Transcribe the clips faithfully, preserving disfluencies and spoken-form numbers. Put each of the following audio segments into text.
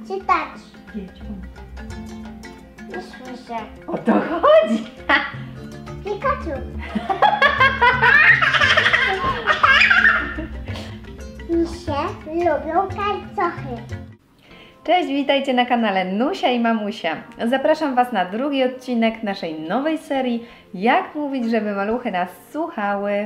czytać. Jedź. Nie słyszę. O to chodzi. Pikachu. Misie lubią kartochy. Cześć, witajcie na kanale Nusia i Mamusia. Zapraszam Was na drugi odcinek naszej nowej serii Jak mówić, żeby maluchy nas słuchały.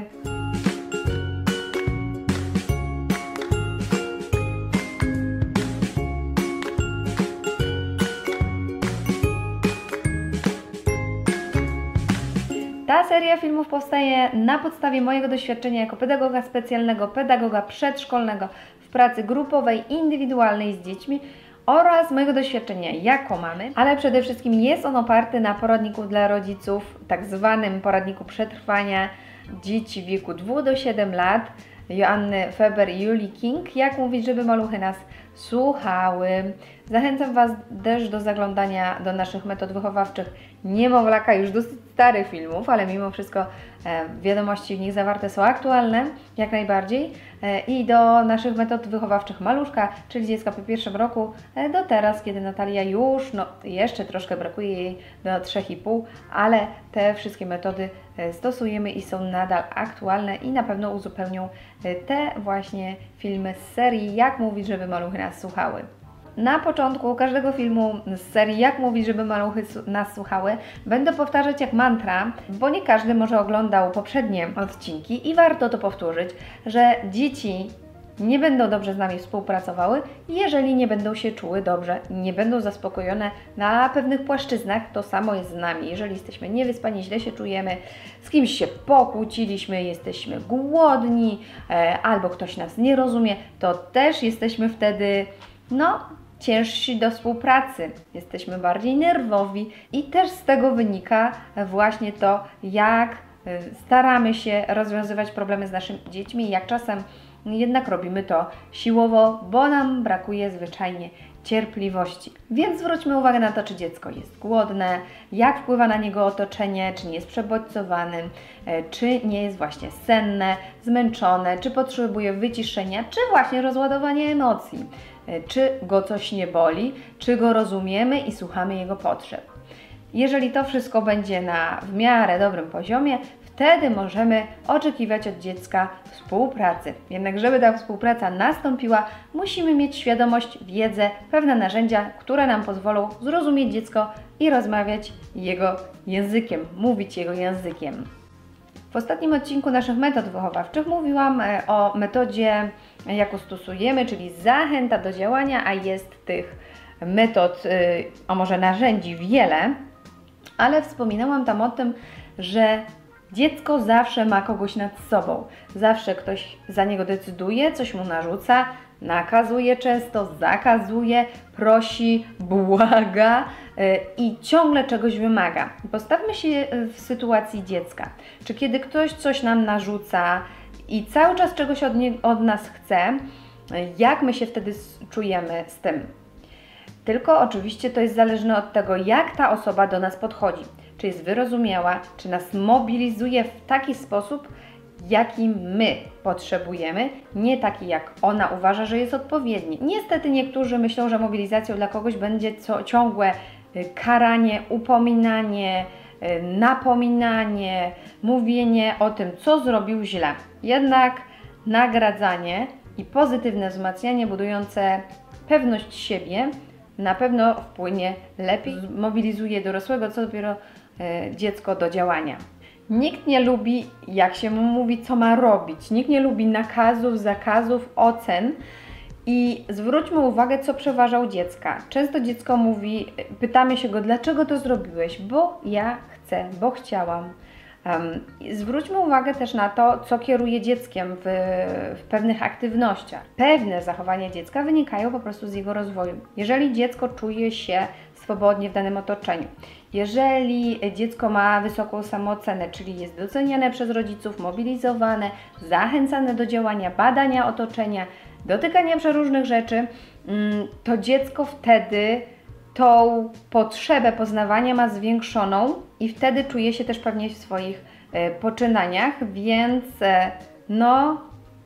Ta seria filmów powstaje na podstawie mojego doświadczenia jako pedagoga specjalnego, pedagoga przedszkolnego w pracy grupowej, indywidualnej z dziećmi oraz mojego doświadczenia jako mamy, ale przede wszystkim jest on oparty na poradniku dla rodziców, tak zwanym poradniku przetrwania dzieci w wieku dwóch do siedmiu lat, Joanny Feber i Julii King, jak mówić, żeby maluchy nas słuchały. Zachęcam Was też do zaglądania do naszych metod wychowawczych niemowlaka, już dosyć starych filmów, ale mimo wszystko e, wiadomości w nich zawarte są aktualne, jak najbardziej. E, I do naszych metod wychowawczych maluszka, czyli dziecka po pierwszym roku, e, do teraz, kiedy Natalia już, no jeszcze troszkę brakuje jej do trzech i pół, ale te wszystkie metody e, stosujemy i są nadal aktualne i na pewno uzupełnią e, te właśnie filmy z serii Jak mówić, żeby maluchy nas słuchały. Na początku każdego filmu z serii Jak mówić, żeby maluchy nas słuchały, będę powtarzać jak mantra, bo nie każdy może oglądał poprzednie odcinki i warto to powtórzyć, że dzieci nie będą dobrze z nami współpracowały, jeżeli nie będą się czuły dobrze, nie będą zaspokojone na pewnych płaszczyznach. To samo jest z nami. Jeżeli jesteśmy niewyspani, źle się czujemy, z kimś się pokłóciliśmy, jesteśmy głodni, e, albo ktoś nas nie rozumie, to też jesteśmy wtedy, no, ciężsi do współpracy, jesteśmy bardziej nerwowi i też z tego wynika właśnie to, jak staramy się rozwiązywać problemy z naszymi dziećmi, jak czasem jednak robimy to siłowo, bo nam brakuje zwyczajnie cierpliwości. Więc zwróćmy uwagę na to, czy dziecko jest głodne, jak wpływa na niego otoczenie, czy nie jest przebodźcowany, czy nie jest właśnie senne, zmęczone, czy potrzebuje wyciszenia, czy właśnie rozładowania emocji, czy go coś nie boli, czy go rozumiemy i słuchamy jego potrzeb. Jeżeli to wszystko będzie na w miarę dobrym poziomie, wtedy możemy oczekiwać od dziecka współpracy. Jednak żeby ta współpraca nastąpiła, musimy mieć świadomość, wiedzę, pewne narzędzia, które nam pozwolą zrozumieć dziecko i rozmawiać jego językiem, mówić jego językiem. W ostatnim odcinku naszych metod wychowawczych mówiłam o metodzie, jaką stosujemy, czyli zachęta do działania, a jest tych metod, a może narzędzi wiele, ale wspominałam tam o tym, że dziecko zawsze ma kogoś nad sobą. Zawsze ktoś za niego decyduje, coś mu narzuca, nakazuje często, zakazuje, prosi, błaga yy, i ciągle czegoś wymaga. Postawmy się w sytuacji dziecka. Czy kiedy ktoś coś nam narzuca i cały czas czegoś od, nie, od nas chce, jak my się wtedy czujemy z tym? Tylko oczywiście to jest zależne od tego, jak ta osoba do nas podchodzi. Czy jest wyrozumiała, czy nas mobilizuje w taki sposób, jaki my potrzebujemy, nie taki jak ona uważa, że jest odpowiedni. Niestety niektórzy myślą, że mobilizacją dla kogoś będzie co, ciągłe karanie, upominanie, napominanie, mówienie o tym, co zrobił źle. Jednak nagradzanie i pozytywne wzmacnianie budujące pewność siebie na pewno wpłynie lepiej, mobilizuje dorosłego, co dopiero e, dziecko do działania. Nikt nie lubi, jak się mu mówi, co ma robić. Nikt nie lubi nakazów, zakazów, ocen. I zwróćmy uwagę, co przeważa u dziecka. Często dziecko mówi, pytamy się go, dlaczego to zrobiłeś? Bo ja chcę, bo chciałam. Um, zwróćmy uwagę też na to, co kieruje dzieckiem w, w pewnych aktywnościach. Pewne zachowania dziecka wynikają po prostu z jego rozwoju. Jeżeli dziecko czuje się swobodnie w danym otoczeniu, jeżeli dziecko ma wysoką samoocenę, czyli jest doceniane przez rodziców, mobilizowane, zachęcane do działania, badania otoczenia, dotykania przeróżnych rzeczy, to dziecko wtedy tą potrzebę poznawania ma zwiększoną i wtedy czuje się też pewnie w swoich e, poczynaniach, więc e, no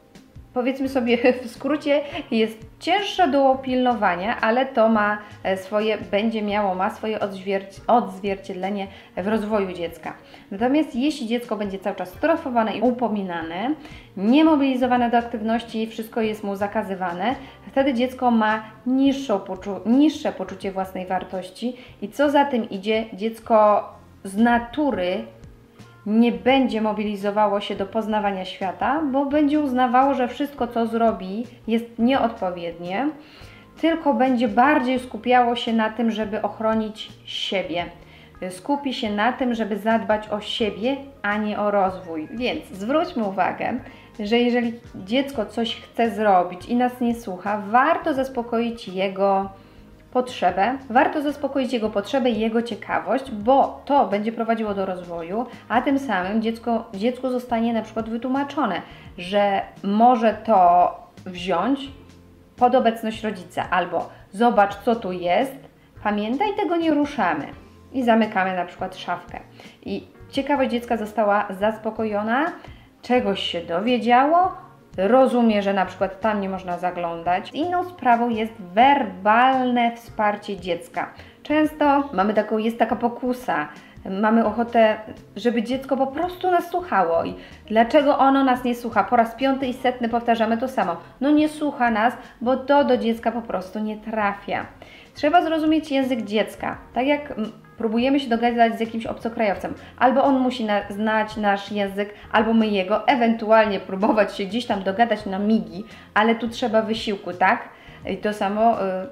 powiedzmy sobie w skrócie, jest cięższe do opilnowania, ale to ma swoje, będzie miało, ma swoje odzwierci odzwierciedlenie w rozwoju dziecka. Natomiast jeśli dziecko będzie cały czas stresowane i upominane, niemobilizowane do aktywności, wszystko jest mu zakazywane, wtedy dziecko ma niższą poczu niższe poczucie własnej wartości i co za tym idzie, dziecko z natury nie będzie mobilizowało się do poznawania świata, bo będzie uznawało, że wszystko, co zrobi, jest nieodpowiednie, tylko będzie bardziej skupiało się na tym, żeby ochronić siebie. Skupi się na tym, żeby zadbać o siebie, a nie o rozwój. Więc zwróćmy uwagę, że jeżeli dziecko coś chce zrobić i nas nie słucha, warto zaspokoić jego potrzebę, warto zaspokoić jego potrzebę i jego ciekawość, bo to będzie prowadziło do rozwoju, a tym samym dziecko, dziecku zostanie na przykład wytłumaczone, że może to wziąć pod obecność rodzica, albo zobacz, co tu jest, pamiętaj, tego nie ruszamy i zamykamy na przykład szafkę. I ciekawość dziecka została zaspokojona, czegoś się dowiedziało, rozumie, że na przykład tam nie można zaglądać. Inną sprawą jest werbalne wsparcie dziecka. Często mamy taką, jest taka pokusa, mamy ochotę, żeby dziecko po prostu nas słuchało. I dlaczego ono nas nie słucha? Po raz piąty i setny powtarzamy to samo. No nie słucha nas, bo to do dziecka po prostu nie trafia. Trzeba zrozumieć język dziecka. Tak jak próbujemy się dogadać z jakimś obcokrajowcem. Albo on musi na, znać nasz język, albo my jego, ewentualnie próbować się gdzieś tam dogadać na migi, ale tu trzeba wysiłku, tak? I to samo,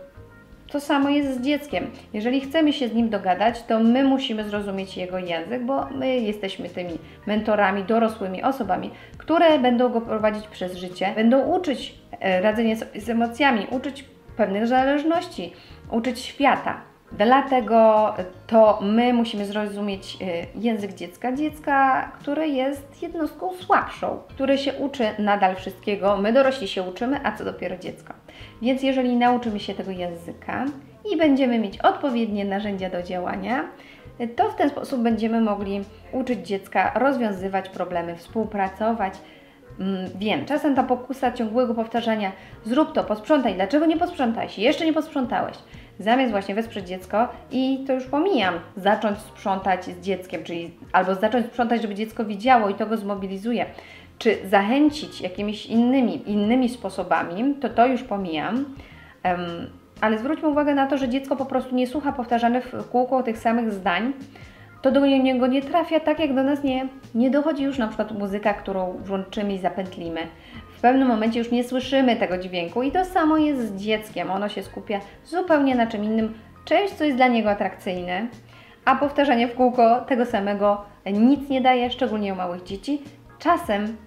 to samo jest z dzieckiem. Jeżeli chcemy się z nim dogadać, to my musimy zrozumieć jego język, bo my jesteśmy tymi mentorami, dorosłymi osobami, które będą go prowadzić przez życie, będą uczyć radzenia sobie z emocjami, uczyć pewnych zależności, uczyć świata. Dlatego to my musimy zrozumieć język dziecka, dziecka, które jest jednostką słabszą, które się uczy nadal wszystkiego, my dorośli się uczymy, a co dopiero dziecko. Więc jeżeli nauczymy się tego języka i będziemy mieć odpowiednie narzędzia do działania, to w ten sposób będziemy mogli uczyć dziecka rozwiązywać problemy, współpracować. Wiem, czasem ta pokusa ciągłego powtarzania, zrób to, posprzątaj, dlaczego nie posprzątałeś, jeszcze nie posprzątałeś, zamiast właśnie wesprzeć dziecko i to już pomijam, zacząć sprzątać z dzieckiem, czyli albo zacząć sprzątać, żeby dziecko widziało i to go zmobilizuje, czy zachęcić jakimiś innymi, innymi sposobami, to to już pomijam, um, ale zwróćmy uwagę na to, że dziecko po prostu nie słucha powtarzanych w kółko tych samych zdań, to do niego nie trafia tak, jak do nas nie, nie dochodzi już na przykład muzyka, którą włączymy i zapętlimy. W pewnym momencie już nie słyszymy tego dźwięku i to samo jest z dzieckiem. Ono się skupia zupełnie na czym innym, czymś, co jest dla niego atrakcyjne, a powtarzanie w kółko tego samego nic nie daje, szczególnie u małych dzieci. Czasem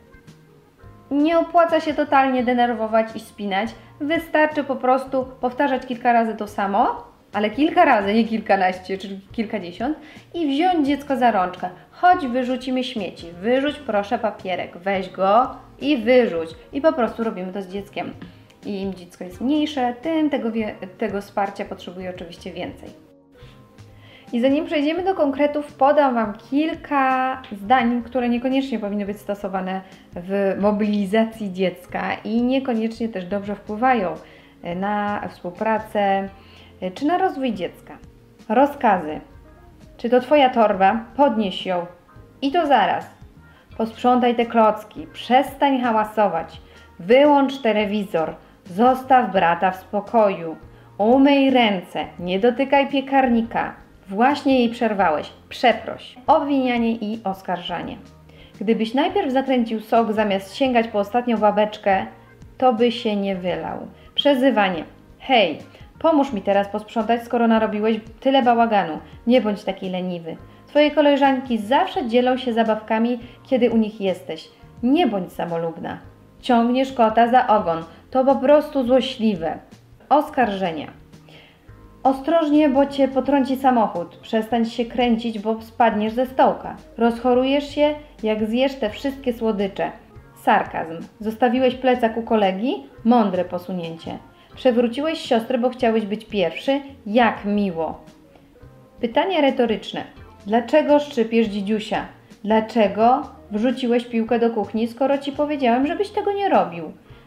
nie opłaca się totalnie denerwować i spinać. Wystarczy po prostu powtarzać kilka razy to samo, ale kilka razy, nie kilkanaście, czyli kilkadziesiąt i wziąć dziecko za rączkę. Chodź, wyrzucimy śmieci, wyrzuć proszę papierek, weź go i wyrzuć. I po prostu robimy to z dzieckiem. I im dziecko jest mniejsze, tym tego, tego wsparcia potrzebuje oczywiście więcej. I zanim przejdziemy do konkretów, podam Wam kilka zdań, które niekoniecznie powinny być stosowane w mobilizacji dziecka i niekoniecznie też dobrze wpływają na współpracę czy na rozwój dziecka. Rozkazy. Czy to Twoja torba? Podnieś ją. I to zaraz. Posprzątaj te klocki. Przestań hałasować. Wyłącz telewizor. Zostaw brata w spokoju. Umyj ręce. Nie dotykaj piekarnika. Właśnie jej przerwałeś. Przeproś. Obwinianie i oskarżanie. Gdybyś najpierw zakręcił sok zamiast sięgać po ostatnią babeczkę, to by się nie wylał. Przezywanie. Hej, pomóż mi teraz posprzątać, skoro narobiłeś tyle bałaganu. Nie bądź taki leniwy. Twoje koleżanki zawsze dzielą się zabawkami, kiedy u nich jesteś. Nie bądź samolubna. Ciągniesz kota za ogon. To po prostu złośliwe. Oskarżenia. Ostrożnie, bo Cię potrąci samochód. Przestań się kręcić, bo spadniesz ze stołka. Rozchorujesz się, jak zjesz te wszystkie słodycze. Sarkazm. Zostawiłeś plecak u kolegi? Mądre posunięcie. Przewróciłeś siostrę, bo chciałeś być pierwszy? Jak miło. Pytania retoryczne. Dlaczego szczypiesz dzidziusia? Dlaczego wrzuciłeś piłkę do kuchni, skoro Ci powiedziałem, żebyś tego nie robił?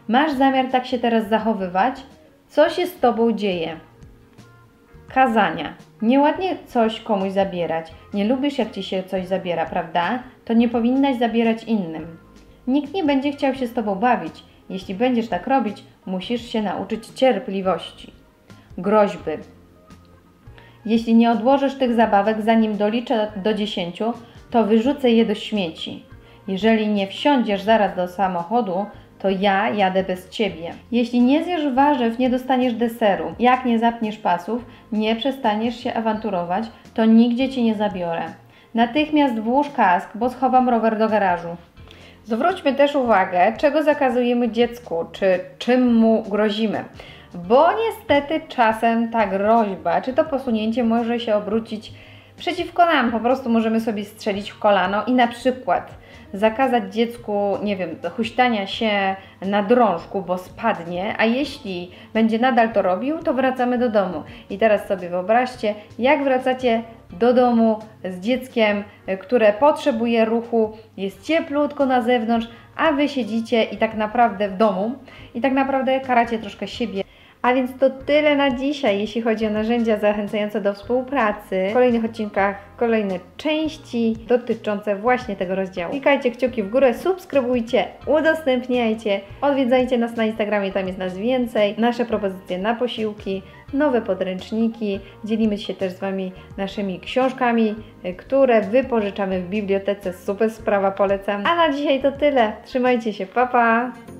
Masz zamiar tak się teraz zachowywać? Co się z Tobą dzieje? Kazania. Nieładnie coś komuś zabierać. Nie lubisz, jak Ci się coś zabiera, prawda? To nie powinnaś zabierać innym. Nikt nie będzie chciał się z Tobą bawić. Jeśli będziesz tak robić, musisz się nauczyć cierpliwości. Groźby. Jeśli nie odłożysz tych zabawek, zanim doliczę do dziesięciu, to wyrzucę je do śmieci. Jeżeli nie wsiądziesz zaraz do samochodu, to ja jadę bez Ciebie. Jeśli nie zjesz warzyw, nie dostaniesz deseru. Jak nie zapniesz pasów, nie przestaniesz się awanturować, to nigdzie Cię nie zabiorę. Natychmiast włóż kask, bo schowam rower do garażu. Zwróćmy też uwagę, czego zakazujemy dziecku, czy czym mu grozimy. Bo niestety czasem ta groźba, czy to posunięcie może się obrócić przeciwko nam. Po prostu możemy sobie strzelić w kolano i na przykład zakazać dziecku, nie wiem, huśtania się na drążku, bo spadnie, a jeśli będzie nadal to robił, to wracamy do domu. I teraz sobie wyobraźcie, jak wracacie do domu z dzieckiem, które potrzebuje ruchu, jest cieplutko na zewnątrz, a Wy siedzicie i tak naprawdę w domu i tak naprawdę karacie troszkę siebie. A więc to tyle na dzisiaj, jeśli chodzi o narzędzia zachęcające do współpracy. W kolejnych odcinkach kolejne części dotyczące właśnie tego rozdziału. Klikajcie kciuki w górę, subskrybujcie, udostępniajcie, odwiedzajcie nas na Instagramie, tam jest nas więcej, nasze propozycje na posiłki, nowe podręczniki. Dzielimy się też z Wami naszymi książkami, które wypożyczamy w bibliotece. Super sprawa, polecam. A na dzisiaj to tyle. Trzymajcie się, pa pa!